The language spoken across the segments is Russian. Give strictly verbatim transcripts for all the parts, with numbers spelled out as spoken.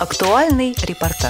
Актуальный репортаж.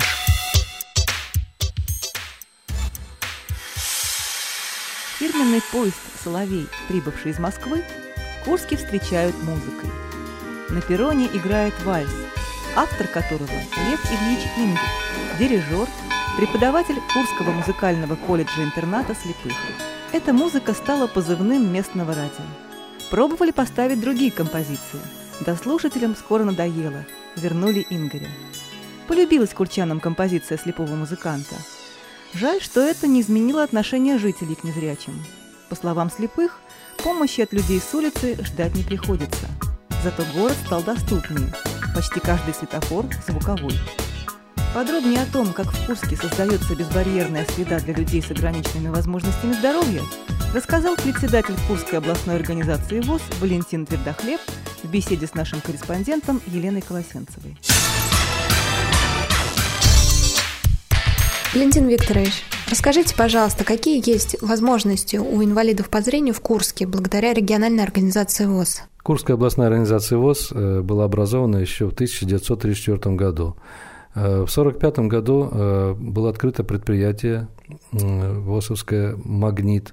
Фирменный поезд «Соловей», прибывший из Москвы, в Курске встречают музыкой. На перроне играет вальс, автор которого Лев Ильич Ингер, дирижер, преподаватель Курского музыкального колледжа-интерната слепых. Эта музыка стала позывным местного радио. Пробовали поставить другие композиции. Да слушателям скоро надоело. Вернули Ингеря. Полюбилась курчанам композиция слепого музыканта. Жаль, что это не изменило отношение жителей к незрячим. По словам слепых, помощи от людей с улицы ждать не приходится. Зато город стал доступнее. Почти каждый светофор звуковой. Подробнее о том, как в Курске создается безбарьерная среда для людей с ограниченными возможностями здоровья, рассказал председатель Курской областной организации ВОС Валентин Твердохлеб в беседе с нашим корреспондентом Еленой Колосенцевой. Валентин Викторович, расскажите, пожалуйста, какие есть возможности у инвалидов по зрению в Курске благодаря региональной организации ВОС? Курская областная организация ВОС была образована еще в тысяча девятьсот тридцать четвёртом году. В тысяча девятьсот сорок пятом году было открыто предприятие ВОСовское «Магнит».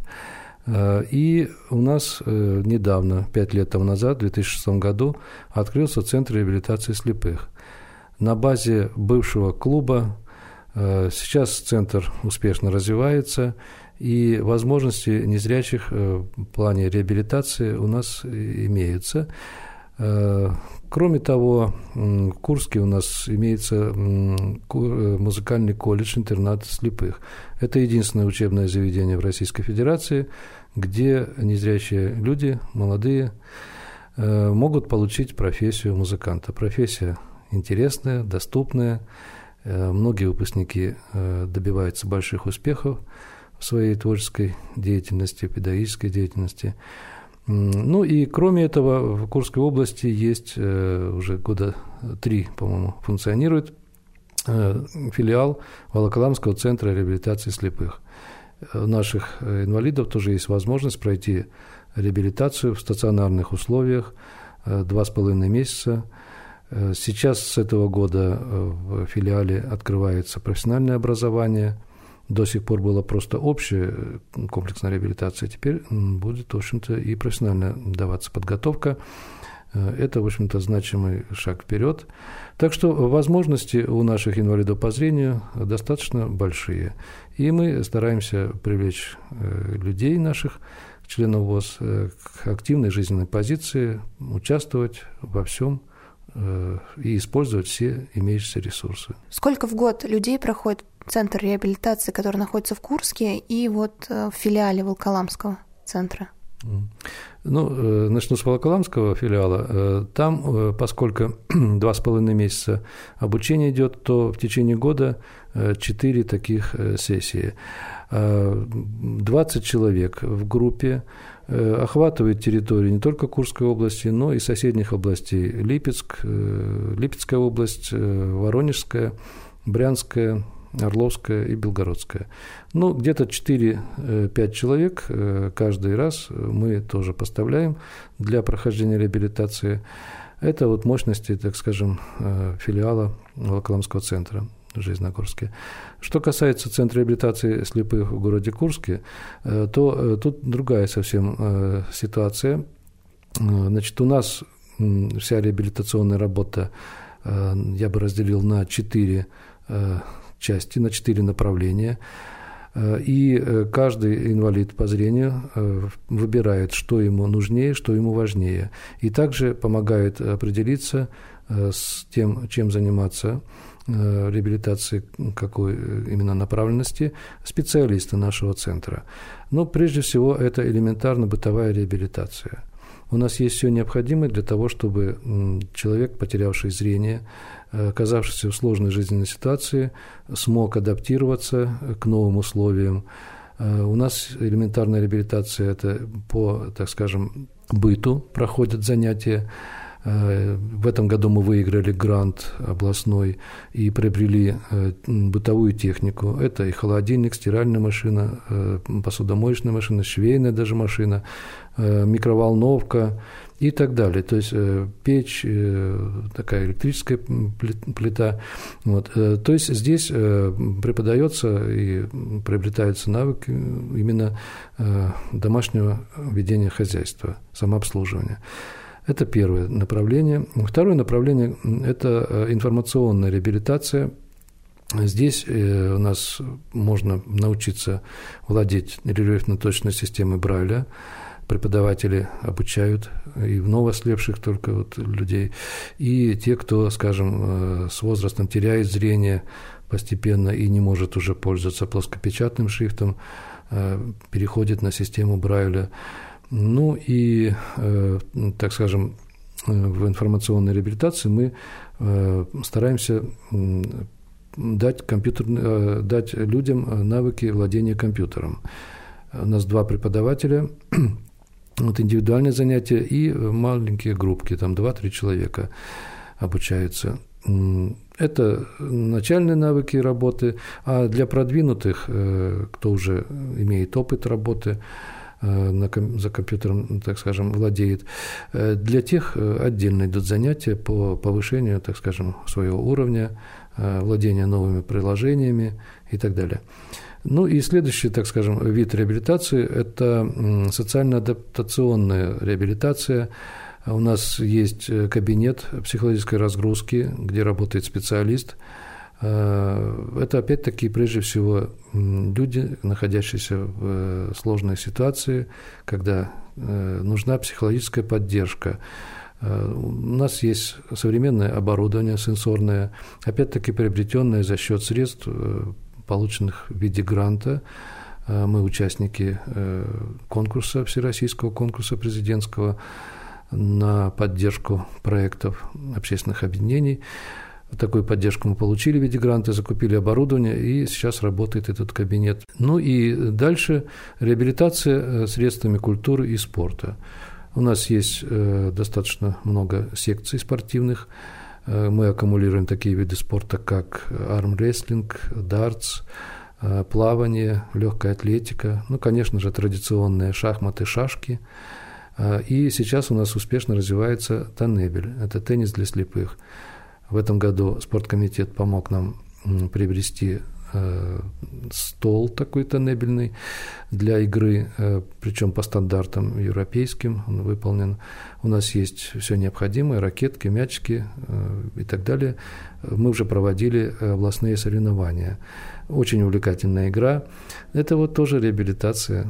И у нас недавно, пять лет тому назад, в две тысячи шестом году, открылся Центр реабилитации слепых. На базе бывшего клуба сейчас центр успешно развивается, и возможности незрячих в плане реабилитации у нас имеются. Кроме того, в Курске у нас имеется музыкальный колледж-интернат слепых. Это единственное учебное заведение в Российской Федерации, где незрячие люди, молодые, могут получить профессию музыканта. Профессия интересная, доступная. Многие выпускники добиваются больших успехов в своей творческой деятельности, педагогической деятельности. Ну и кроме этого в Курской области есть уже года три, по-моему, функционирует филиал Волоколамского центра реабилитации слепых. У наших инвалидов тоже есть возможность пройти реабилитацию в стационарных условиях два с половиной месяца. Сейчас с этого года в филиале открывается профессиональное образование. До сих пор была просто общая комплексная реабилитация, теперь будет, в общем-то, и профессионально даваться подготовка. Это, в общем-то, значимый шаг вперед. Так что возможности у наших инвалидов по зрению достаточно большие. И мы стараемся привлечь людей наших, членов ВОС, к активной жизненной позиции, участвовать во всем и использовать все имеющиеся ресурсы. Сколько в год людей проходит центр реабилитации, который находится в Курске, и вот в филиале Волоколамского центра? Ну, начну с Волоколамского филиала. Там, поскольку два с половиной месяца обучения идет, то в течение года четыре таких сессии. двадцать человек в группе охватывает территорию не только Курской области, но и соседних областей: Липецк, Липецкая область, Воронежская, Брянская, Орловская и Белгородская. Ну, где-то четыре-пять человек каждый раз мы тоже поставляем для прохождения реабилитации. Это вот мощности, так скажем, филиала Волоколамского центра в Железногорске. Что касается Центра реабилитации слепых в городе Курске, то тут другая совсем ситуация. Значит, у нас вся реабилитационная работа я бы разделил на четыре части, на четыре направления. И каждый инвалид по зрению выбирает, что ему нужнее, что ему важнее. И также помогает определиться с тем, чем заниматься реабилитации, какой именно направленности, специалисты нашего центра. Но прежде всего это элементарно бытовая реабилитация. У нас есть все необходимое для того, чтобы человек, потерявший зрение, оказавшийся в сложной жизненной ситуации, смог адаптироваться к новым условиям. У нас элементарная реабилитация – это по, так скажем, быту проходят занятия. В этом году мы выиграли грант областной и приобрели бытовую технику. Это и холодильник, стиральная машина, посудомоечная машина, швейная даже машина, микроволновка и так далее. То есть печь, такая электрическая плита. Вот. То есть здесь преподается и приобретаются навыки именно домашнего ведения хозяйства, самообслуживания. Это первое направление. Второе направление – это информационная реабилитация. Здесь у нас можно научиться владеть рельефно-точной системой Брайля. Преподаватели обучают и новоослепших только вот людей, и те, кто, скажем, с возрастом теряет зрение постепенно и не может уже пользоваться плоскопечатным шрифтом, переходит на систему Брайля. Ну и, так скажем, в информационной реабилитации мы стараемся дать, компьютер, дать людям навыки владения компьютером. У нас два преподавателя, вот индивидуальные занятия и маленькие группки, там два-три человека обучаются. Это начальные навыки работы, а для продвинутых, кто уже имеет опыт работы, за компьютером, так скажем, владеет, для тех отдельно идут занятия по повышению, так скажем, своего уровня, владения новыми приложениями и так далее. Ну и следующий, так скажем, вид реабилитации – это социально-адаптационная реабилитация. У нас есть кабинет психологической разгрузки, где работает специалист. Это, опять-таки, прежде всего, люди, находящиеся в сложной ситуации, когда нужна психологическая поддержка. У нас есть современное оборудование сенсорное, опять-таки, приобретенное за счет средств, полученных в виде гранта. Мы участники конкурса, всероссийского конкурса президентского на поддержку проектов общественных объединений. Такую поддержку мы получили в виде гранта, закупили оборудование, и сейчас работает этот кабинет. Ну и дальше реабилитация средствами культуры и спорта. У нас есть достаточно много секций спортивных. Мы аккумулируем такие виды спорта, как армрестлинг, дартс, плавание, легкая атлетика, ну, конечно же, традиционные шахматы, шашки. И сейчас у нас успешно развивается тоннебель, это теннис для слепых. В этом году спорткомитет помог нам приобрести стол такой тоннебельный для игры, причем по стандартам европейским он выполнен. У нас есть все необходимое, ракетки, мячики и так далее. Мы уже проводили областные соревнования. Очень увлекательная игра. Это вот тоже реабилитация.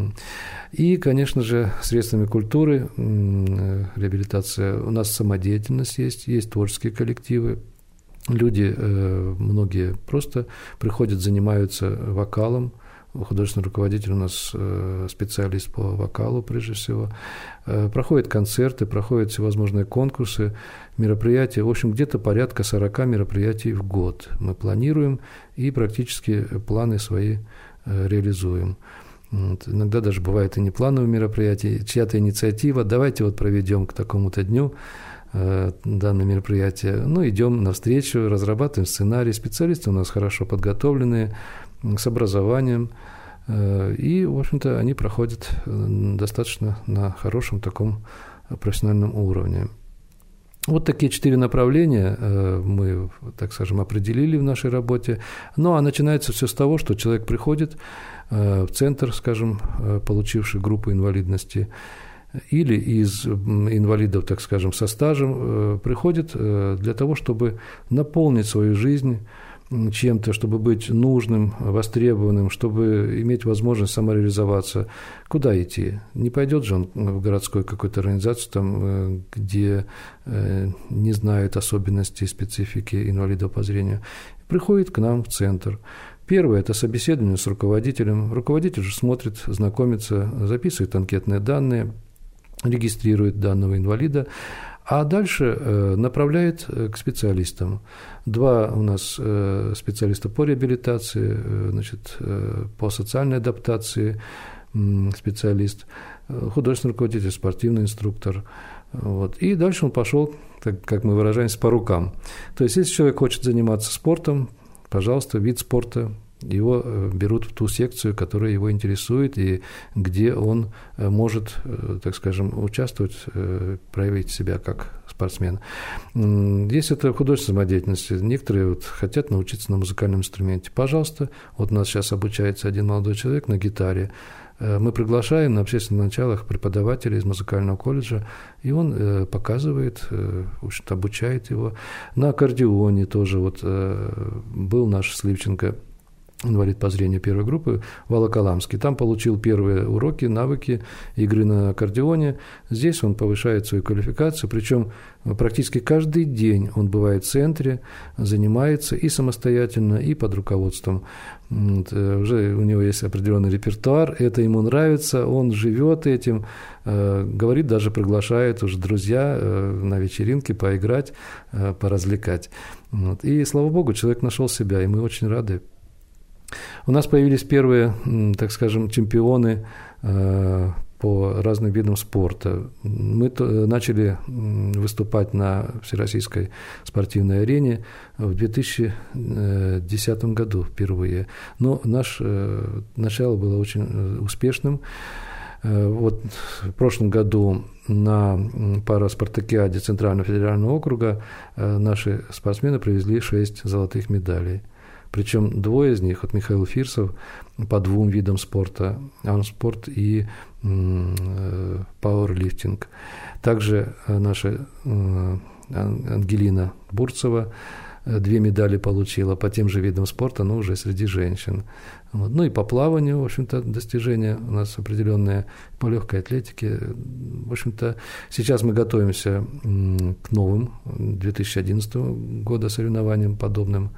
И, конечно же, средствами культуры реабилитация. У нас самодеятельность есть, есть творческие коллективы. Люди, многие просто приходят, занимаются вокалом. Художественный руководитель у нас специалист по вокалу, прежде всего. Проходят концерты, проходят всевозможные конкурсы, мероприятия. В общем, где-то порядка сорок мероприятий в год мы планируем и практически планы свои реализуем. Вот. Иногда даже бывает и неплановые мероприятия, чья-то инициатива. Давайте вот проведем к такому-то дню данное мероприятие. Ну, идем навстречу, разрабатываем сценарий. Специалисты у нас хорошо подготовленные, с образованием. И, в общем-то, они проходят достаточно на хорошем таком профессиональном уровне. Вот такие четыре направления мы, так скажем, определили в нашей работе. Ну, а начинается все с того, что человек приходит в центр, скажем, получивший группу инвалидности, или из инвалидов, так скажем, со стажем, приходит для того, чтобы наполнить свою жизнь чем-то, чтобы быть нужным, востребованным, чтобы иметь возможность самореализоваться. Куда идти? Не пойдет же он в городскую какую-то организацию, там, где не знают особенностей и специфики инвалидов по зрению. Приходит к нам в центр. Первое – это собеседование с руководителем. Руководитель же смотрит, знакомится, записывает анкетные данные, регистрирует данного инвалида, а дальше направляет к специалистам. Два у нас специалиста по реабилитации, значит, по социальной адаптации специалист, художественный руководитель, спортивный инструктор. Вот. И дальше он пошел, так, как мы выражаемся, по рукам. То есть, если человек хочет заниматься спортом, пожалуйста, вид спорта, его берут в ту секцию, которая его интересует и где он может, так скажем, участвовать, проявить себя как спортсмен. Если это художественная самодеятельность, некоторые вот хотят научиться на музыкальном инструменте. Пожалуйста, вот у нас сейчас обучается один молодой человек на гитаре. Мы приглашаем на общественных началах преподавателя из музыкального колледжа, и он показывает, учит, обучает его. На аккордеоне тоже вот был наш Сливченко, инвалид по зрению первой группы, Волоколамский. Там получил первые уроки, навыки игры на аккордеоне. Здесь он повышает свою квалификацию, причем практически каждый день он бывает в центре, занимается и самостоятельно, и под руководством. Вот, уже у него есть определенный репертуар, это ему нравится, он живет этим, говорит, даже приглашает уже друзья на вечеринки поиграть, поразвлекать. Вот. И, слава богу, человек нашел себя, и мы очень рады. У нас появились первые, так скажем, чемпионы по разным видам спорта. Мы начали выступать на Всероссийской спортивной арене в две тысячи десятом году впервые. Но наше начало было очень успешным. Вот в прошлом году на параспартакиаде Центрального федерального округа наши спортсмены привезли шесть золотых медалей. Причем двое из них, вот Михаил Фирсов, по двум видам спорта, армспорт и пауэрлифтинг. Также наша Ангелина Бурцева две медали получила по тем же видам спорта, но уже среди женщин. Вот. Ну и по плаванию, в общем-то, достижения у нас определенные, по легкой атлетике. В общем-то, сейчас мы готовимся к новым две тысячи одиннадцатого года соревнованиям подобным.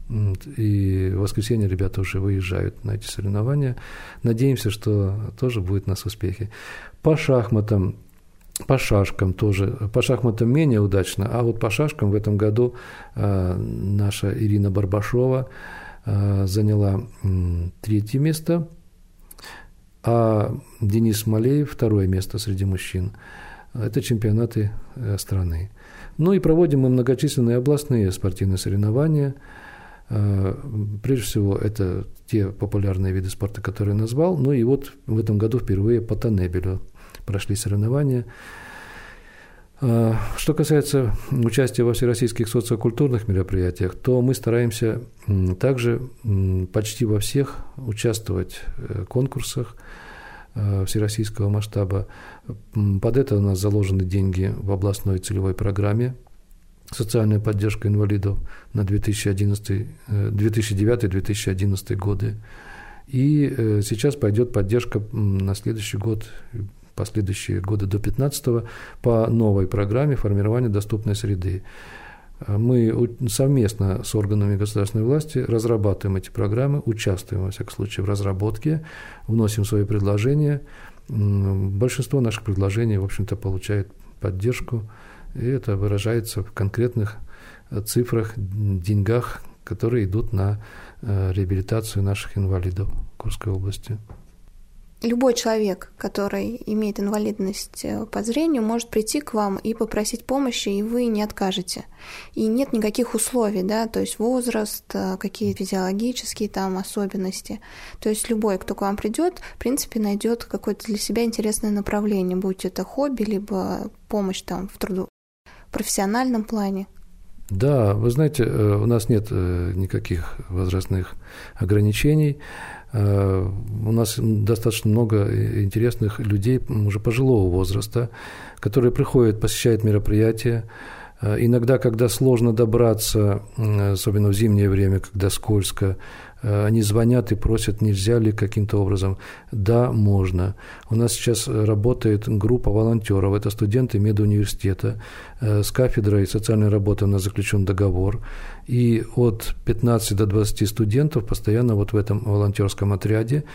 И в воскресенье ребята уже выезжают на эти соревнования. Надеемся, что тоже будет у нас успехи. По шахматам, по шашкам тоже. По шахматам менее удачно, а вот по шашкам в этом году э, наша Ирина Барбашова э, заняла э, третье место, а Денис Малеев второе место среди мужчин. Это чемпионаты э, страны. Ну и проводим мы многочисленные областные спортивные соревнования. Прежде всего, это те популярные виды спорта, которые я назвал. Ну и вот в этом году впервые по Тоннебелю прошли соревнования. Что касается участия во всероссийских социокультурных мероприятиях, то мы стараемся также почти во всех участвовать в конкурсах всероссийского масштаба. Под это у нас заложены деньги в областной целевой программе «Социальная поддержка инвалидов» на две тысячи одиннадцатый, две тысячи девятый — две тысячи одиннадцатый годы. И сейчас пойдет поддержка на следующий год, последующие годы до две тысячи пятнадцатого по новой программе формирования доступной среды. Мы совместно с органами государственной власти разрабатываем эти программы, участвуем, во всяком случае, в разработке, вносим свои предложения. Большинство наших предложений, в общем-то, получает поддержку. И это выражается в конкретных цифрах, деньгах, которые идут на реабилитацию наших инвалидов в Курской области. Любой человек, который имеет инвалидность по зрению, может прийти к вам и попросить помощи, и вы не откажете. И нет никаких условий, да, то есть возраст, какие физиологические там особенности. То есть любой, кто к вам придет, в принципе, найдет какое-то для себя интересное направление, будь это хобби, либо помощь там в труду, в профессиональном плане. Да, вы знаете, у нас нет никаких возрастных ограничений. У нас достаточно много интересных людей уже пожилого возраста, которые приходят, посещают мероприятия. Иногда, когда сложно добраться, особенно в зимнее время, когда скользко, они звонят и просят, нельзя ли каким-то образом. Да, можно. У нас сейчас работает группа волонтеров, это студенты медуниверситета. С кафедрой социальной работы у нас заключен договор. И от пятнадцати до двадцати студентов постоянно вот в этом волонтерском отряде,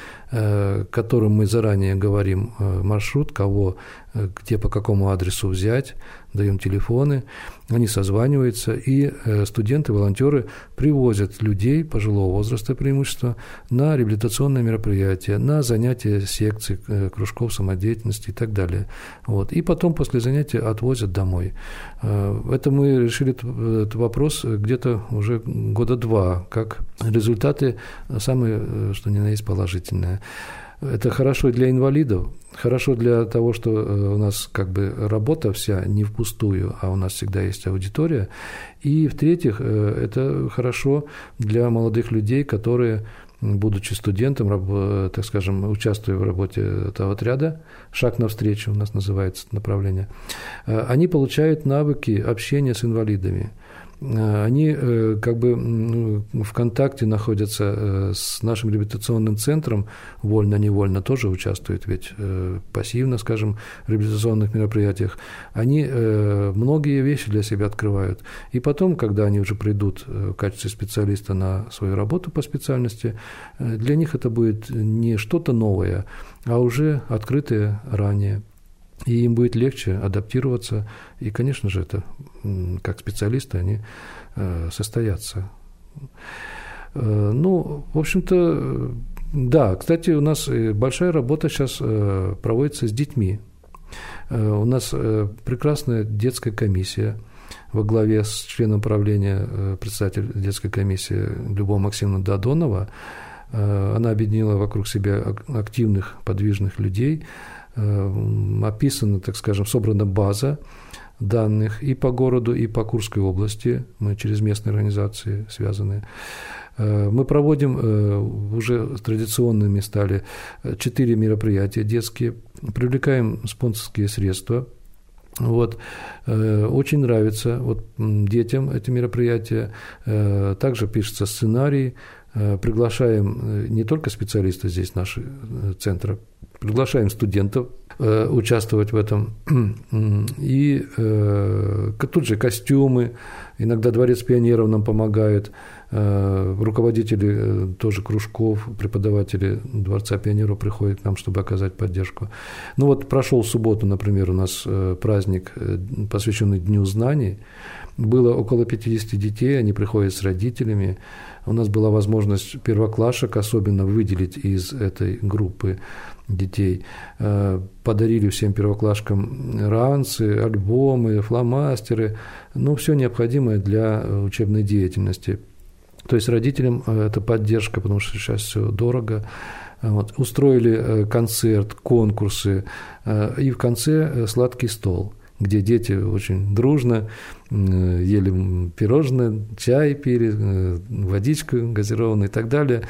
которым мы заранее говорим маршрут, кого, где, по какому адресу взять, даем телефоны, они созваниваются, и студенты, волонтеры привозят людей пожилого возраста преимущества на реабилитационные мероприятия, на занятия секций, кружков самодеятельности и так далее. Вот. И потом после занятия отвозят домой. Это мы решили этот вопрос где-то уже года два, как результаты самые, что ни на есть, положительные. Это хорошо для инвалидов, хорошо для того, что у нас как бы работа вся не впустую, а у нас всегда есть аудитория. И, в-третьих, это хорошо для молодых людей, которые, будучи студентом, так скажем, участвуя в работе этого отряда, «Шаг навстречу» у нас называется это направление, они получают навыки общения с инвалидами. Они как бы в контакте находятся с нашим реабилитационным центром, вольно-невольно тоже участвуют, ведь пассивно, скажем, в реабилитационных мероприятиях. Они многие вещи для себя открывают. И потом, когда они уже придут в качестве специалиста на свою работу по специальности, для них это будет не что-то новое, а уже открытое ранее. И им будет легче адаптироваться, и, конечно же, это, как специалисты, они состоятся. Ну, в общем-то, да, кстати, у нас большая работа сейчас проводится с детьми. У нас прекрасная детская комиссия во главе с членом правления, председатель детской комиссии Любовь Максимовна Додонова. Она объединила вокруг себя активных, подвижных людей. Описана, так скажем, собрана база данных и по городу, и по Курской области. Мы через местные организации связаны. Мы проводим, уже традиционными стали, четыре мероприятия детские, привлекаем спонсорские средства. Вот. Очень нравится вот детям эти мероприятия. Также пишется сценарий. Приглашаем не только специалистов здесь, наши центры, приглашаем студентов э, участвовать в этом. И э, тут же костюмы, иногда Дворец пионеров нам помогает, э, руководители э, тоже кружков, преподаватели Дворца пионеров приходят к нам, чтобы оказать поддержку. Ну вот прошел в субботу, например, у нас э, праздник, э, посвященный Дню знаний. Было около пятьдесят детей, они приходят с родителями. У нас была возможность первоклашек особенно выделить из этой группы детей. Подарили всем первоклашкам ранцы, альбомы, фломастеры, ну, все необходимое для учебной деятельности. То есть родителям это поддержка, потому что сейчас все дорого. Вот. Устроили концерт, конкурсы, и в конце сладкий стол, где дети очень дружно ели пирожное, чай пили, водичку газированную и так далее.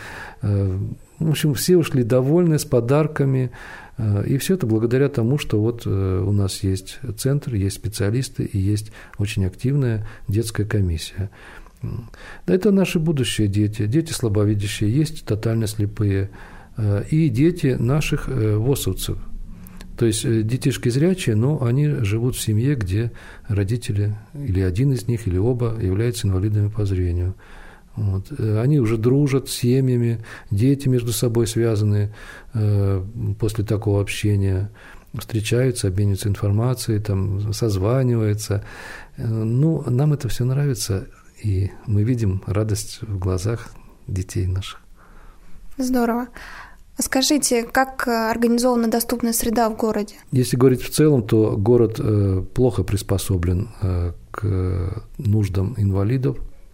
В общем, все ушли довольны, с подарками. И все это благодаря тому, что вот у нас есть центр, есть специалисты и есть очень активная детская комиссия. Да, это наши будущие дети, дети слабовидящие, есть тотально слепые, и дети наших ВОСовцев. То есть детишки зрячие, но они живут в семье, где родители, или один из них, или оба, являются инвалидами по зрению. Вот. Они уже дружат с семьями, дети между собой связаны э, после такого общения, встречаются, обмениваются информацией, там, созваниваются. Ну, нам это все нравится, и мы видим радость в глазах детей наших. Здорово. Скажите, как организована доступная среда в городе? Если говорить в целом, то город плохо приспособлен к нуждам инвалидов.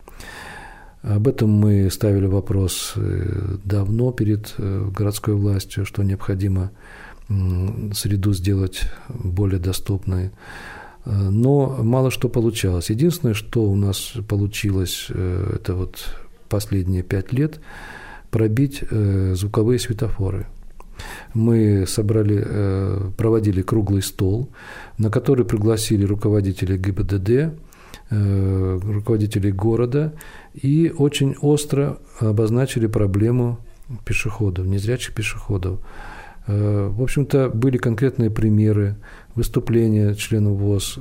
Об этом мы ставили вопрос давно перед городской властью, что необходимо среду сделать более доступной. Но мало что получалось. Единственное, что у нас получилось, это вот последние пять лет, пробить звуковые светофоры. Мы собрали, проводили круглый стол, на который пригласили руководителей ГИБДД, руководителей города и очень остро обозначили проблему пешеходов, незрячих пешеходов. В общем-то, были конкретные примеры выступления членов ВОС,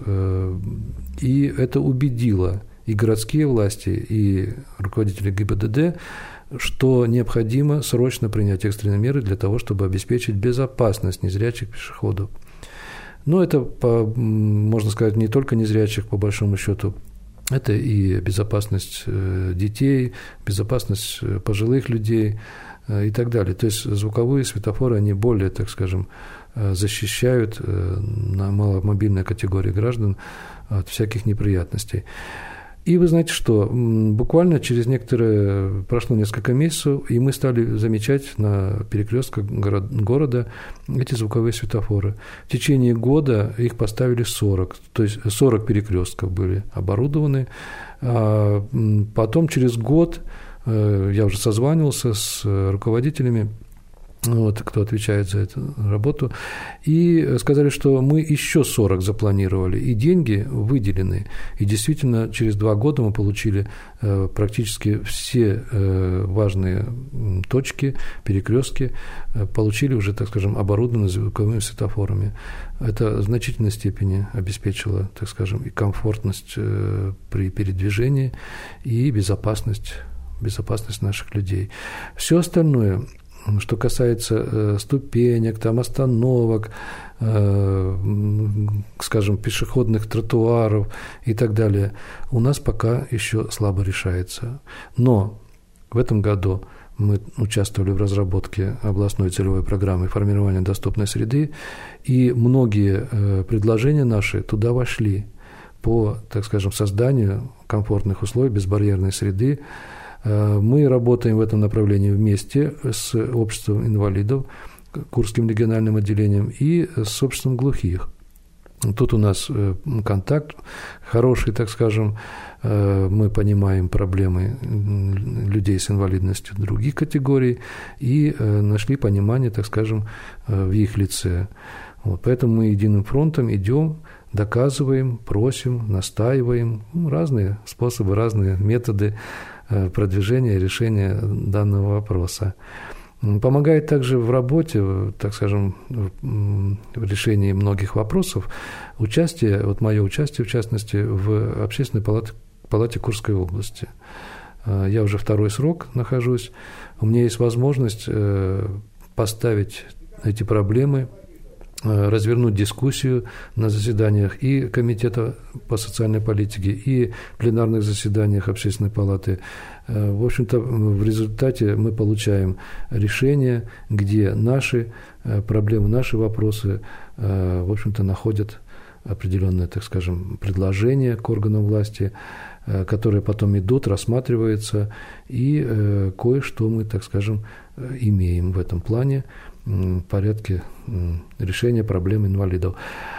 и это убедило и городские власти, и руководителей ГИБДД, что необходимо срочно принять экстренные меры для того, чтобы обеспечить безопасность незрячих пешеходов. Но это, по, можно сказать, не только незрячих, по большому счету. Это и безопасность детей, безопасность пожилых людей и так далее. То есть звуковые светофоры, они более, так скажем, защищают на маломобильной категории граждан от всяких неприятностей. И вы знаете что, буквально через некоторое, прошло несколько месяцев, и мы стали замечать на перекрестках город, города эти звуковые светофоры. В течение года их поставили сорок, то есть сорок перекрестков были оборудованы. А потом через год я уже созванивался с руководителями, вот, кто отвечает за эту работу, и сказали, что мы еще сорок запланировали, и деньги выделены. И действительно, через два года мы получили э, практически все э, важные точки, перекрестки, э, получили уже, так скажем, оборудованные звуковыми светофорами. Это в значительной степени обеспечило, так скажем, и комфортность э, при передвижении, и безопасность, безопасность наших людей. Все остальное, что касается э, ступенек, там, остановок, э, скажем, пешеходных тротуаров и так далее, у нас пока еще слабо решается. Но в этом году мы участвовали в разработке областной целевой программы формирования доступной среды, и многие э, предложения наши туда вошли по, так скажем, созданию комфортных условий, безбарьерной среды. Мы работаем в этом направлении вместе с обществом инвалидов, Курским региональным отделением, и с обществом глухих. Тут у нас контакт хороший, так скажем, мы понимаем проблемы людей с инвалидностью других категорий и нашли понимание, так скажем, в их лице. Вот, поэтому мы единым фронтом идем, доказываем, просим, настаиваем, ну, разные способы, разные методы продвижения и решения данного вопроса. Помогает также в работе, так скажем, в решении многих вопросов участие, вот мое участие, в частности, в Общественной палате, палате Курской области. Я уже второй срок нахожусь, у меня есть возможность поставить эти проблемы, развернуть дискуссию на заседаниях и Комитета по социальной политике, и пленарных заседаниях Общественной палаты. В общем-то, в результате мы получаем решения, где наши проблемы, наши вопросы, в общем-то, находят определенные, так скажем, предложения к органам власти, которые потом идут, рассматриваются, и кое-что мы, так скажем, имеем в этом плане, в порядке решения проблем инвалидов.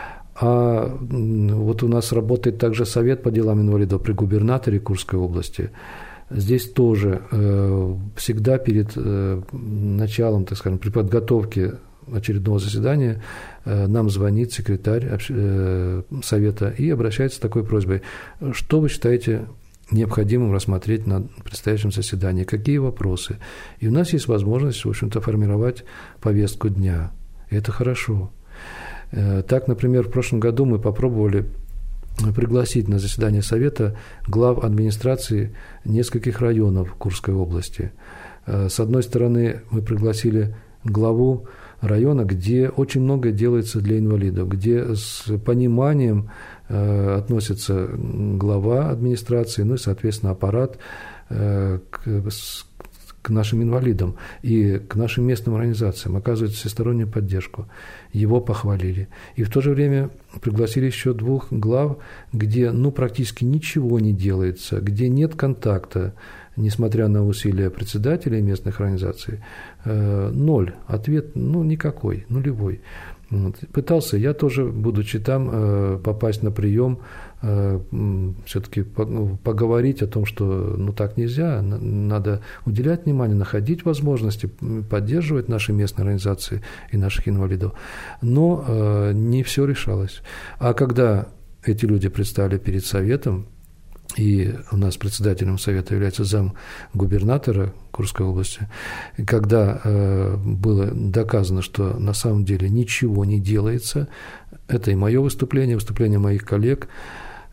А вот у нас работает также Совет по делам инвалидов при губернаторе Курской области. Здесь тоже э, всегда перед э, началом, так скажем, при подготовке очередного заседания э, нам звонит секретарь э, Совета и обращается с такой просьбой: что вы считаете необходимым рассмотреть на предстоящем заседании, какие вопросы. И у нас есть возможность, в общем-то, формировать повестку дня. И это хорошо. Так, например, в прошлом году мы попробовали пригласить на заседание Совета глав администрации нескольких районов Курской области. С одной стороны, мы пригласили главу района, где очень многое делается для инвалидов, где с пониманием э, относится глава администрации, ну и, соответственно, аппарат э, к, с, к нашим инвалидам и к нашим местным организациям, оказывает всестороннюю поддержку. Его похвалили. И в то же время пригласили еще двух глав, где ну, практически ничего не делается, где нет контакта, несмотря на усилия председателей местных организаций, э, ноль. Ответ, ну, никакой, нулевой. Вот. Пытался я тоже, будучи там, э, попасть на прием, э, все-таки поговорить о том, что ну, так нельзя, надо уделять внимание, находить возможности, поддерживать наши местные организации и наших инвалидов. Но э, не все решалось. А когда эти люди предстали перед Советом, и у нас председателем Совета является зам губернатора Курской области, когда э, было доказано, что на самом деле ничего не делается, это и мое выступление, выступление моих коллег,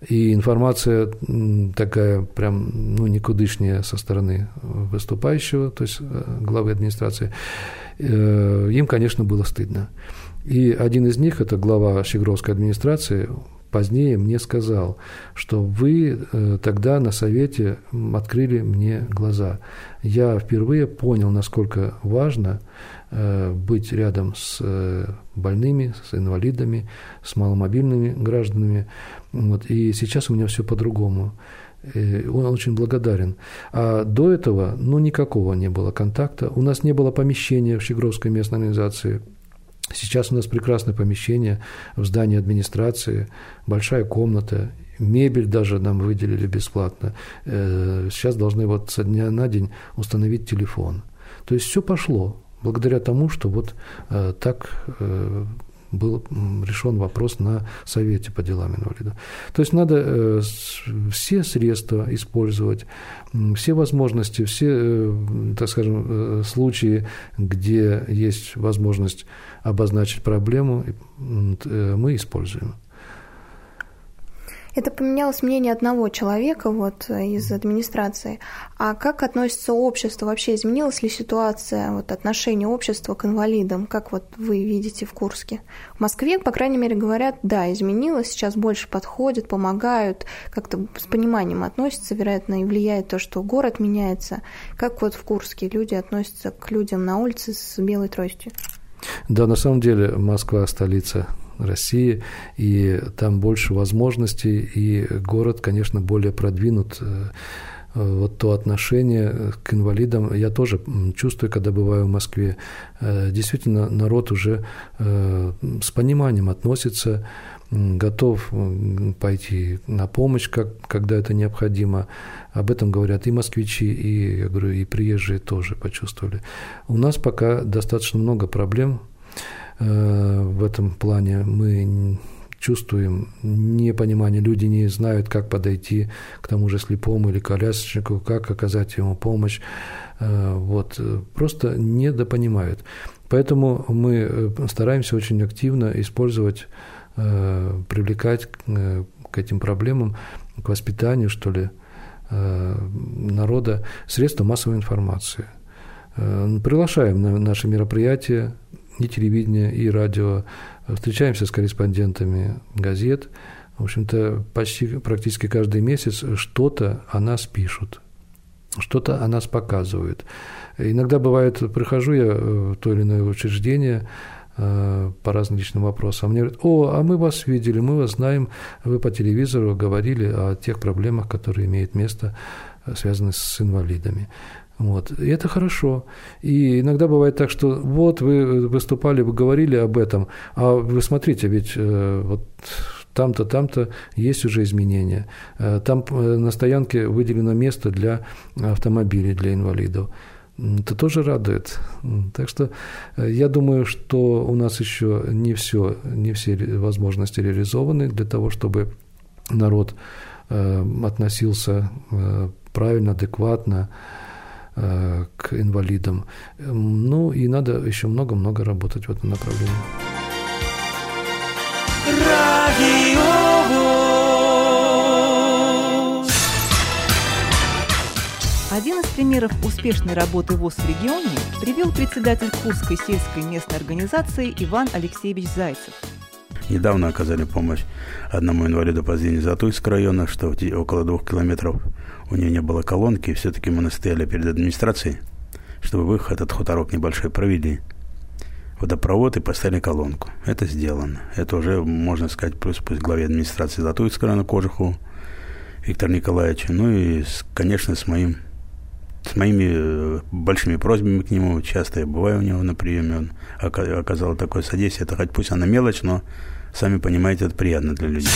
И информация такая прям, ну, никудышняя со стороны выступающего, то есть главы администрации, им, конечно, было стыдно. И один из них, это глава Щегровской администрации, позднее мне сказал, что вы тогда на совете открыли мне глаза. Я впервые понял, насколько важно быть рядом с больными, с инвалидами, с маломобильными гражданами. Вот. И сейчас у меня все по-другому. И он очень благодарен. А до этого, ну, никакого не было контакта. У нас не было помещения в Щегровской местной организации. Сейчас у нас прекрасное помещение в здании администрации, большая комната, мебель даже нам выделили бесплатно. Сейчас должны вот со дня на день установить телефон. То есть все пошло благодаря тому, что вот так был решен вопрос на Совете по делам инвалидов. То есть надо все средства использовать, все возможности, все, так скажем, случаи, где есть возможность обозначить проблему, мы используем. Это поменялось мнение одного человека вот, из администрации. А как относится общество? Вообще изменилась ли ситуация, вот, отношение общества к инвалидам? Как вот вы видите в Курске? В Москве, по крайней мере, говорят, да, изменилось, сейчас больше подходят, помогают, как-то с пониманием относятся, вероятно, и влияет то, что город меняется. Как вот в Курске люди относятся к людям на улице с белой тростью? Да, на самом деле Москва – столица России, и там больше возможностей, и город, конечно, более продвинут. Вот то отношение к инвалидам я тоже чувствую, когда бываю в Москве. Действительно, народ уже с пониманием относится, готов пойти на помощь, как, когда это необходимо. Об этом говорят и москвичи, и, я говорю, и приезжие тоже почувствовали. У нас пока достаточно много проблем в этом плане. Мы чувствуем непонимание, люди не знают, как подойти к тому же слепому или колясочнику, как оказать ему помощь. Вот. Просто недопонимают. Поэтому мы стараемся очень активно использовать, привлекать к этим проблемам, к воспитанию, что ли, народа средства массовой информации. Приглашаем на наши мероприятия и телевидение, и радио, встречаемся с корреспондентами газет. В общем-то, почти практически каждый месяц что-то о нас пишут, что-то о нас показывают. Иногда бывает, прихожу я в то или иное учреждение по разным личным вопросам, мне говорят: о, а мы вас видели, мы вас знаем, вы по телевизору говорили о тех проблемах, которые имеют место, связанные с инвалидами. Вот. И это хорошо. И иногда бывает так, что вот вы выступали, вы говорили об этом, а вы смотрите, ведь э, вот там-то, там-то есть уже изменения. Там на стоянке выделено место для автомобилей, для инвалидов. Это тоже радует. Так что я думаю, что у нас еще не все, не все возможности реализованы для того, чтобы народ относился правильно, адекватно к инвалидам. Ну и надо еще много-много работать в этом направлении. Один из примеров успешной работы ВОС в регионе привел председатель Курской сельской местной организации Иван Алексеевич Зайцев. Недавно оказали помощь одному инвалиду по зрению Затуйского района, что около двух километров у нее не было колонки, и все-таки мы настояли перед администрацией, чтобы в их этот хуторок небольшой провели водопровод и поставили колонку. Это сделано. Это уже, можно сказать, плюс пусть главе администрации Затуйского района Кожухову Виктору Николаевичу, ну и, конечно, с моим с моими большими просьбами к нему. Часто я бываю у него на приеме, он оказал такое содействие. Это хоть пусть она мелочь, но, сами понимаете, это приятно для людей.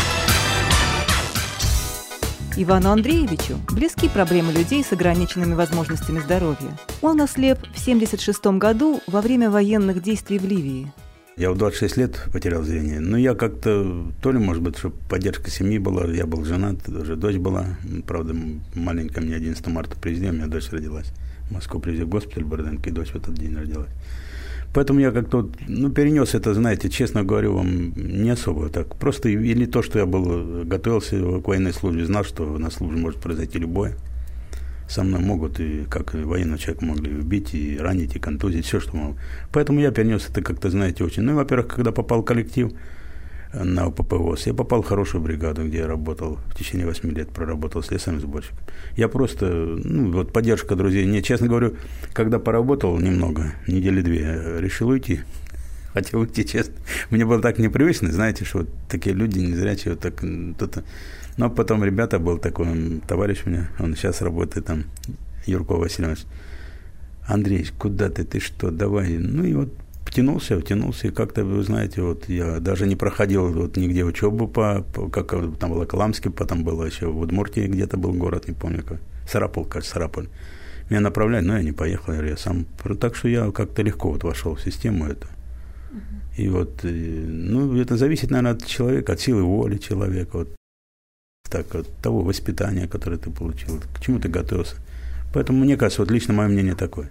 Ивану Андреевичу близки проблемы людей с ограниченными возможностями здоровья. Он ослеп в семьдесят шестом году во время военных действий в Ливии. Я в двадцать шесть лет потерял зрение. Но я как-то, то ли, может быть, чтобы поддержка семьи была, я был женат, уже дочь была. Правда, маленькая, мне одиннадцатого марта привезли, у меня дочь родилась. В Москву привезли в госпиталь Бороденко, и дочь в этот день родилась. Поэтому я как-то, ну, перенес это, знаете, честно говорю вам, не особо так. Просто или то, что я был, готовился к военной службе, знал, что на службе может произойти любое. Со мной могут, и как военного человека могли убить, и ранить, и контузить, все, что могут. Поэтому я перенес это как-то, знаете, очень. Ну, и, во-первых, когда попал в коллектив на ОППВОЗ, я попал в хорошую бригаду, где я работал в течение восьми лет, проработал слесарем сборщиком. Я просто, ну, вот поддержка друзей. Не, честно говорю, когда поработал немного, недели две, решил уйти. Хотел уйти, честно. Мне было так непривычно, знаете, что вот такие люди незрячие, вот так кто-то. Но потом ребята, был такой он, товарищ у меня, он сейчас работает там, Юрко Васильевич. Андрей, куда ты, ты что, давай. Ну и вот втянулся, втянулся, и как-то, вы знаете, вот я даже не проходил вот нигде учебу, по, по как там было Каламский, потом было еще в Удмуртии где-то был город, не помню как, Сарапул, кажется, Сарапуль. Меня направляли, но я не поехал, я сам. Так что я как-то легко вот вошел в систему эту. И вот, ну, это зависит, наверное, от человека, от силы воли человека, вот, так, от того воспитания, которое ты получил, к чему ты готовился. Поэтому, мне кажется, вот лично мое мнение такое.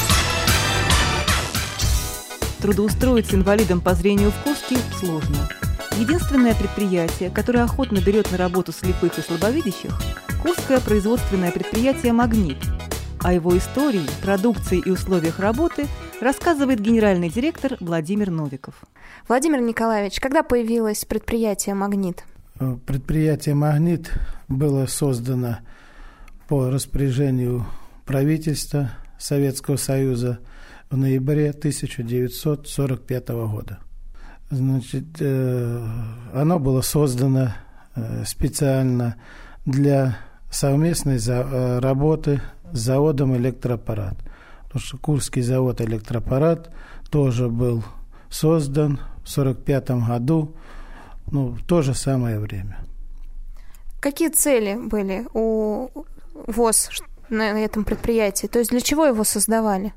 Трудоустроиться инвалидом по зрению в Курске сложно. Единственное предприятие, которое охотно берет на работу слепых и слабовидящих – Курское производственное предприятие «Магнит». О его истории, продукции и условиях работы рассказывает генеральный директор Владимир Новиков. Владимир Николаевич, когда появилось предприятие «Магнит»? Предприятие «Магнит» было создано по распоряжению правительства Советского Союза в ноябре тысяча девятьсот сорок пятого года. Значит, оно было создано специально для совместной работы с заводом «Электроаппарат». Потому что Курский завод «Электроаппарат» тоже был создан в сорок пятом году, ну, в то же самое время. Какие цели были у ВОС на этом предприятии? То есть для чего его создавали?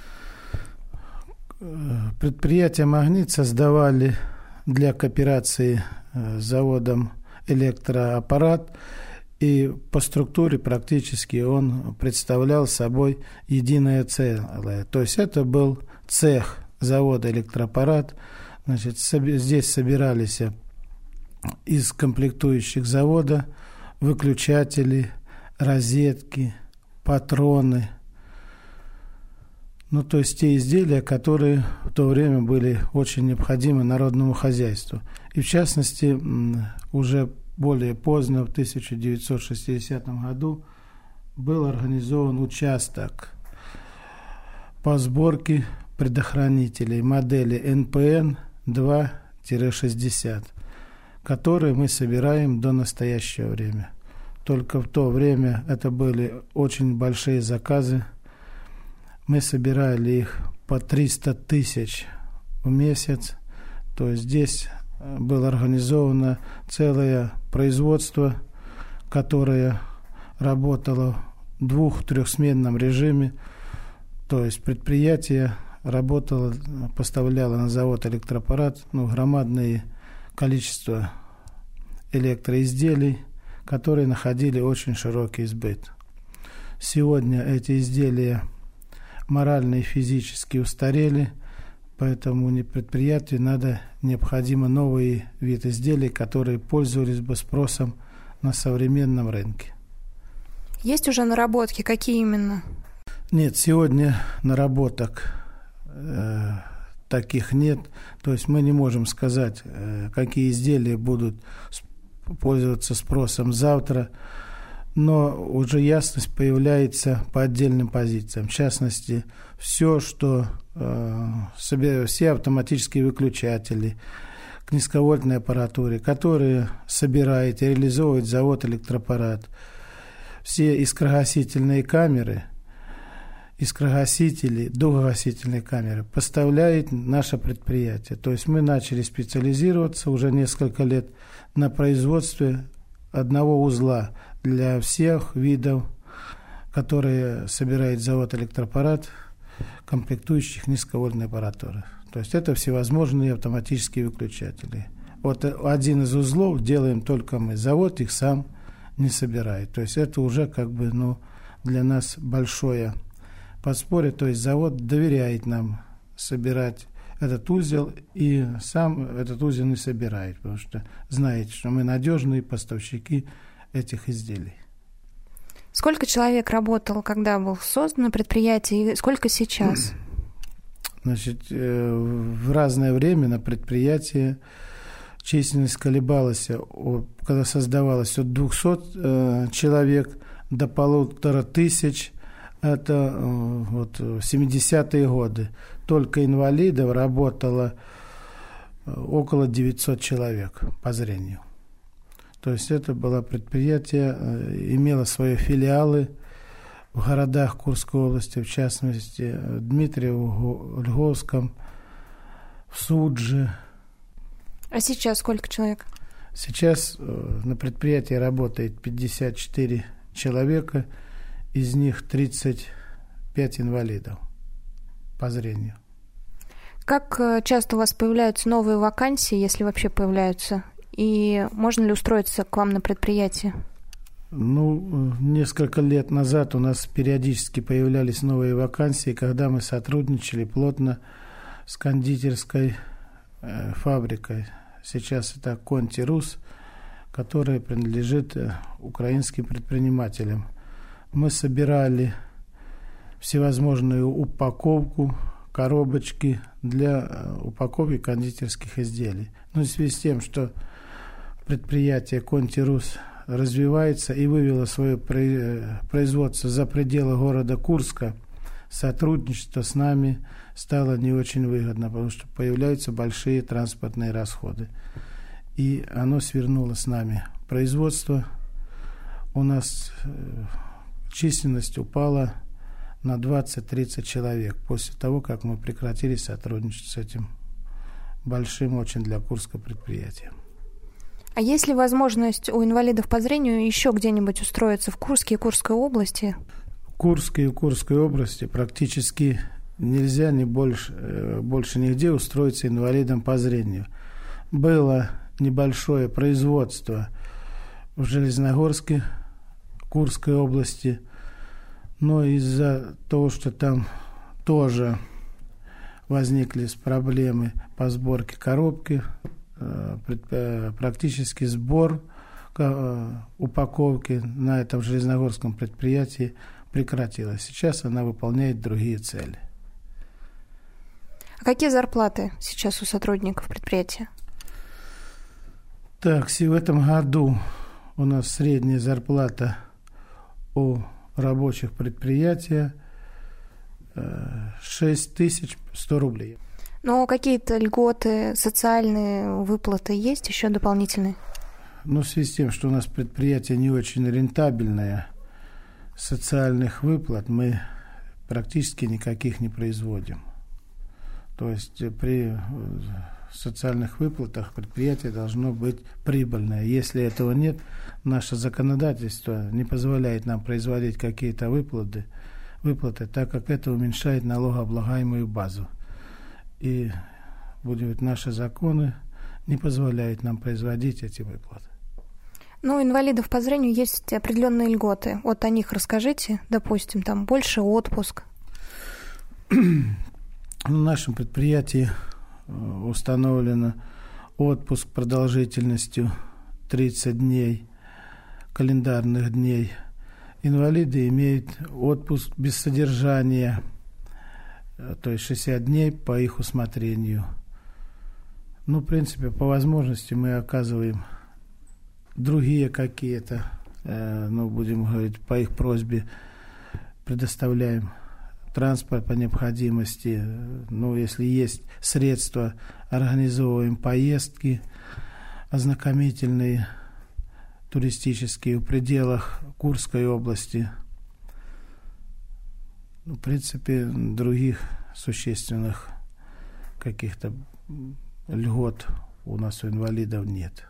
Предприятие «Магнит» создавали для кооперации с заводом «Электроаппарат», и по структуре практически он представлял собой единое целое. То есть это был цех завода «Электроаппарат». Значит, здесь собирались из комплектующих завода выключатели, розетки, патроны. Ну, то есть те изделия, которые в то время были очень необходимы народному хозяйству. И в частности, уже более поздно, в тысяча девятьсот шестидесятом году, был организован участок по сборке предохранителей модели эн пэ эн два шестьдесят, которые мы собираем до настоящего времени. Только в то время это были очень большие заказы. Мы собирали их по триста тысяч в месяц. То есть здесь было организовано целое производство, которое работало в двух-трехсменном режиме. То есть предприятие работало, поставляло на завод «Электроаппарат» ну, громадное количество электроизделий, которые находили очень широкий сбыт. Сегодня эти изделия морально и физически устарели, поэтому предприятию надо необходимо новый вид изделий, которые пользовались бы спросом на современном рынке. Есть уже наработки? Какие именно? Нет, сегодня наработок э, таких нет. То есть мы не можем сказать, э, какие изделия будут пользоваться спросом завтра, но уже ясность появляется по отдельным позициям. В частности, все, что э, все автоматические выключатели к низковольтной аппаратуре, которые собирает и реализовывает завод «Электроаппарат», все искрогасительные камеры, искрогасители, дугогасительные камеры поставляет наше предприятие. То есть мы начали специализироваться уже несколько лет на производстве одного узла для всех видов, которые собирает завод «Электроаппарат», комплектующих низковольтной аппаратуры. То есть это всевозможные автоматические выключатели. Вот один из узлов делаем только мы. Завод их сам не собирает. То есть это уже как бы ну, для нас большое подспорье. То есть завод доверяет нам собирать этот узел, и сам этот узел не собирает, потому что знаете, что мы надежные поставщики этих изделий. Сколько человек работало, когда было создано предприятие, и сколько сейчас? Значит, в разное время на предприятии численность колебалась, когда создавалось от двухсот человек до полутора тысяч. Это вот в семидесятые годы. Только инвалидов работало около девятисот человек по зрению. То есть это было предприятие, имело свои филиалы в городах Курской области, в частности, в Дмитриево-Льговском, в Судже. А сейчас сколько человек? Сейчас на предприятии работает пятьдесят четыре человека, из них тридцать пять инвалидов по зрению. Как часто у вас появляются новые вакансии, если вообще появляются? И можно ли устроиться к вам на предприятие? Ну, несколько лет назад у нас периодически появлялись новые вакансии, когда мы сотрудничали плотно с кондитерской э, фабрикой. Сейчас это Конти-Рус, которая принадлежит э, украинским предпринимателям. Мы собирали всевозможную упаковку, коробочки для упаковки кондитерских изделий. Ну, в связи с тем, что предприятие Конти-Рус развивается и вывело свое производство за пределы города Курска, сотрудничество с нами стало не очень выгодно, потому что появляются большие транспортные расходы. И оно свернуло с нами производство. У нас численность упала на двадцать-тридцать человек после того, как мы прекратили сотрудничать с этим большим очень для Курска предприятием. А есть ли возможность у инвалидов по зрению еще где-нибудь устроиться в Курске и Курской области? В Курской и Курской области практически нельзя ни больше, больше нигде устроиться инвалидом по зрению. Было небольшое производство в Железногорске, Курской области, но из-за того, что там тоже возникли проблемы по сборке коробки, практически сбор упаковки на этом железногорском предприятии прекратилась. Сейчас она выполняет другие цели. А какие зарплаты сейчас у сотрудников предприятия? Так, в этом году у нас средняя зарплата у рабочих предприятия шесть тысяч сто рублей. Но какие-то льготы, социальные выплаты есть еще дополнительные? Ну, в связи с тем, что у нас предприятие не очень рентабельное, социальных выплат мы практически никаких не производим. То есть при социальных выплатах предприятие должно быть прибыльное. Если этого нет, наше законодательство не позволяет нам производить какие-то выплаты, выплаты, так как это уменьшает налогооблагаемую базу. И, будем говорить, наши законы не позволяют нам производить эти выплаты. Ну, у инвалидов по зрению есть определенные льготы. Вот о них расскажите. Допустим, там больше отпуск. В нашем предприятии установлено отпуск продолжительностью тридцать дней, календарных дней. Инвалиды имеют отпуск без содержания, то есть шестьдесят дней по их усмотрению. Ну, в принципе, по возможности мы оказываем другие какие-то, э, ну, будем говорить, по их просьбе предоставляем транспорт по необходимости. Ну, если есть средства, организовываем поездки ознакомительные, туристические в пределах Курской области. В принципе, других существенных каких-то льгот у нас у инвалидов нет.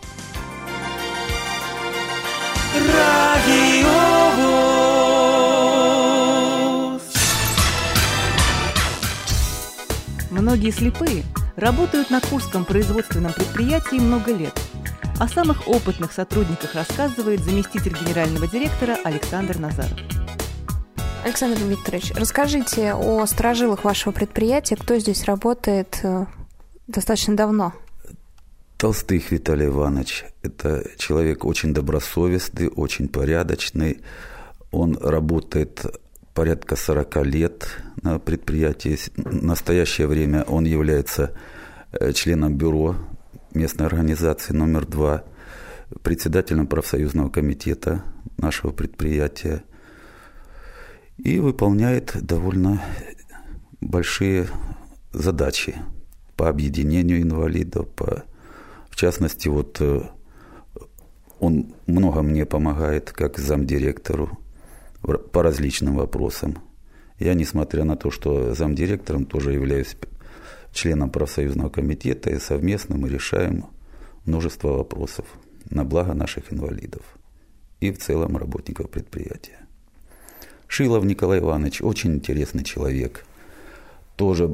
Многие слепые работают на Курском производственном предприятии много лет. О самых опытных сотрудниках рассказывает заместитель генерального директора Александр Назаров. Александр Викторович, расскажите о сторожилах вашего предприятия. Кто здесь работает э, достаточно давно? Толстых Виталий Иванович. Это человек очень добросовестный, очень порядочный. Он работает порядка сорок лет на предприятии. В настоящее время он является членом бюро местной организации номер два, председателем профсоюзного комитета нашего предприятия и выполняет довольно большие задачи по объединению инвалидов, по В частности, вот он много мне помогает, как замдиректору, по различным вопросам. Я, несмотря на то, что замдиректором, тоже являюсь членом профсоюзного комитета, и совместно мы решаем множество вопросов на благо наших инвалидов и в целом работников предприятия. Шилов Николай Иванович очень интересный человек. Тоже,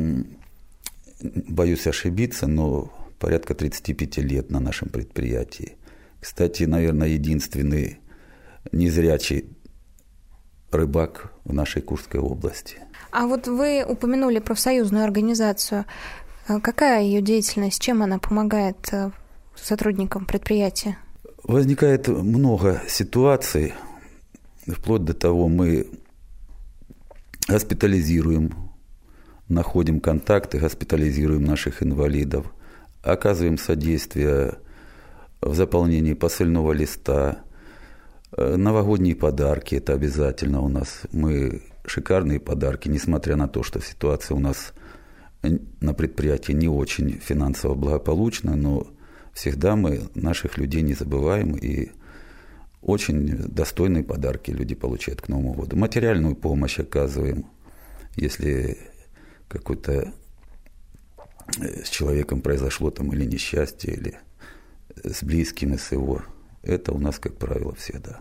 боюсь ошибиться, но порядка тридцать пять лет на нашем предприятии. Кстати, наверное, единственный незрячий рыбак в нашей Курской области. А вот вы упомянули профсоюзную организацию. Какая ее деятельность, чем она помогает сотрудникам предприятия? Возникает много ситуаций, вплоть до того, мы госпитализируем, находим контакты, госпитализируем наших инвалидов, оказываем содействие в заполнении посыльного листа, новогодние подарки, это обязательно у нас. Мы шикарные подарки, несмотря на то, что ситуация у нас на предприятии не очень финансово благополучна, но всегда мы наших людей не забываем, и очень достойные подарки люди получают к Новому году. Материальную помощь оказываем, если какой-то с человеком произошло там или несчастье, или с близким из его. Это у нас, как правило, всегда.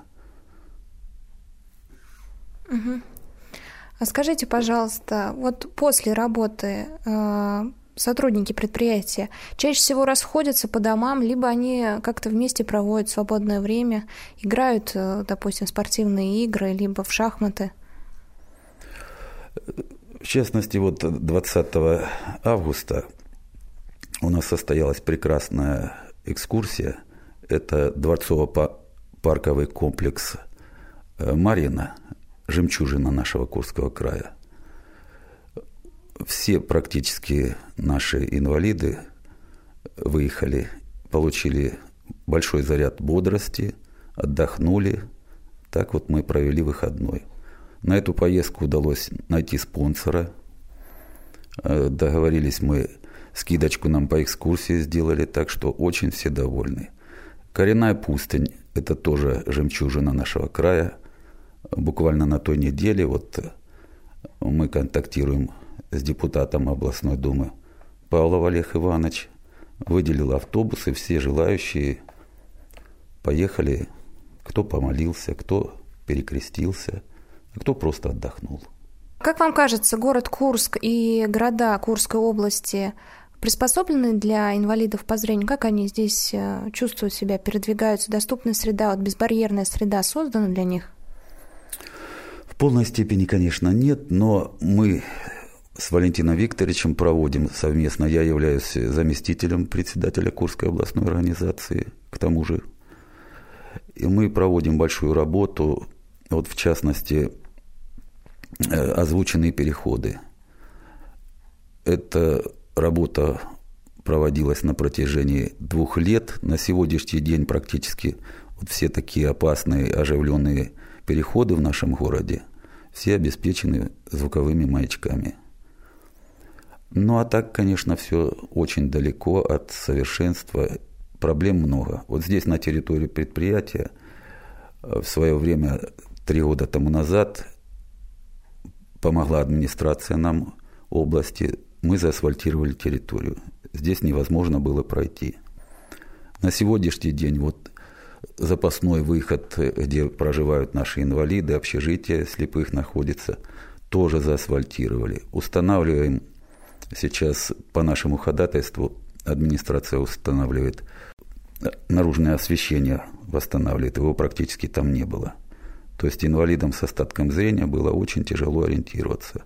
Угу. А скажите, пожалуйста, вот после работы э, сотрудники предприятия чаще всего расходятся по домам, либо они как-то вместе проводят свободное время, играют, э, допустим, в спортивные игры, либо в шахматы? В частности, вот двадцатого августа у нас состоялась прекрасная экскурсия. Это дворцово-парковый комплекс «Марина», жемчужина нашего Курского края. Все практически наши инвалиды выехали, получили большой заряд бодрости, отдохнули. Так вот мы провели выходной. На эту поездку удалось найти спонсора. Договорились мы, скидочку нам по экскурсии сделали, так что очень все довольны. Коренная пустынь – это тоже жемчужина нашего края. Буквально на той неделе вот мы контактируем с депутатом областной думы. Павлов Олег Иванович выделил автобусы, все желающие поехали, кто помолился, кто перекрестился, а кто просто отдохнул. Как вам кажется, город Курск и города Курской области приспособлены для инвалидов по зрению? Как они здесь чувствуют себя, передвигаются? Доступная среда, вот безбарьерная среда создана для них? В полной степени, конечно, нет, но мы с Валентином Викторовичем проводим совместно. Я являюсь заместителем председателя Курской областной организации, к тому же. И мы проводим большую работу, вот в частности, озвученные переходы. Эта работа проводилась на протяжении двух лет. На сегодняшний день практически вот все такие опасные оживленные переходы в нашем городе все обеспечены звуковыми маячками. Ну а так, конечно, все очень далеко от совершенства. Проблем много. Вот здесь на территории предприятия в свое время, три года тому назад, помогла администрация нам области. Мы заасфальтировали территорию. Здесь невозможно было пройти. На сегодняшний день вот запасной выход, где проживают наши инвалиды, общежитие слепых находится, тоже заасфальтировали. Устанавливаем сейчас по нашему ходатайству, администрация устанавливает наружное освещение, восстанавливает, его практически там не было. То есть инвалидам с остатком зрения было очень тяжело ориентироваться.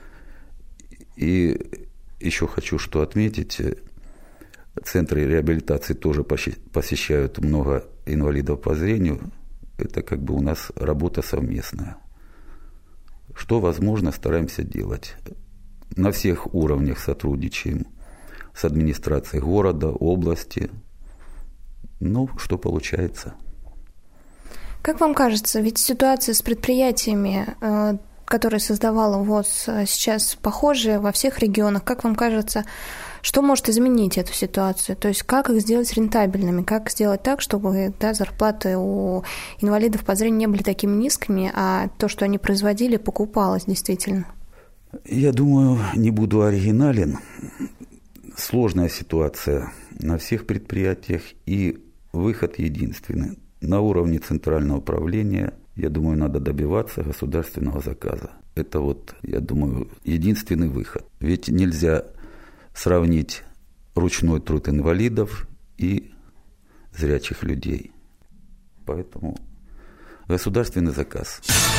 И еще хочу что отметить. Центры реабилитации тоже посещают много инвалидов по зрению. Это как бы у нас работа совместная. Что возможно, стараемся делать. На всех уровнях сотрудничаем с администрацией города, области. Ну, что получается. Как вам кажется, ведь ситуация с предприятиями, которые создавала ВОС, сейчас похожая во всех регионах. Как вам кажется, что может изменить эту ситуацию? То есть как их сделать рентабельными? Как сделать так, чтобы да, зарплаты у инвалидов по зрению не были такими низкими, а то, что они производили, покупалось действительно? Я думаю, не буду оригинален. Сложная ситуация на всех предприятиях, и выход единственный. На уровне центрального управления, я думаю, надо добиваться государственного заказа. Это вот, я думаю, единственный выход. Ведь нельзя сравнить ручной труд инвалидов и зрячих людей. Поэтому государственный заказ.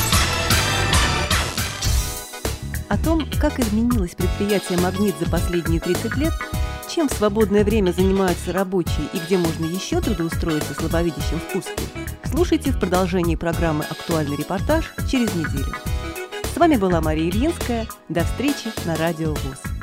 О том, как изменилось предприятие «Магнит» за последние тридцать лет, чем в свободное время занимаются рабочие и где можно еще трудоустроиться слабовидящим в Курске, слушайте в продолжении программы «Актуальный репортаж» через неделю. С вами была Мария Ильинская. До встречи на Радио ВОС.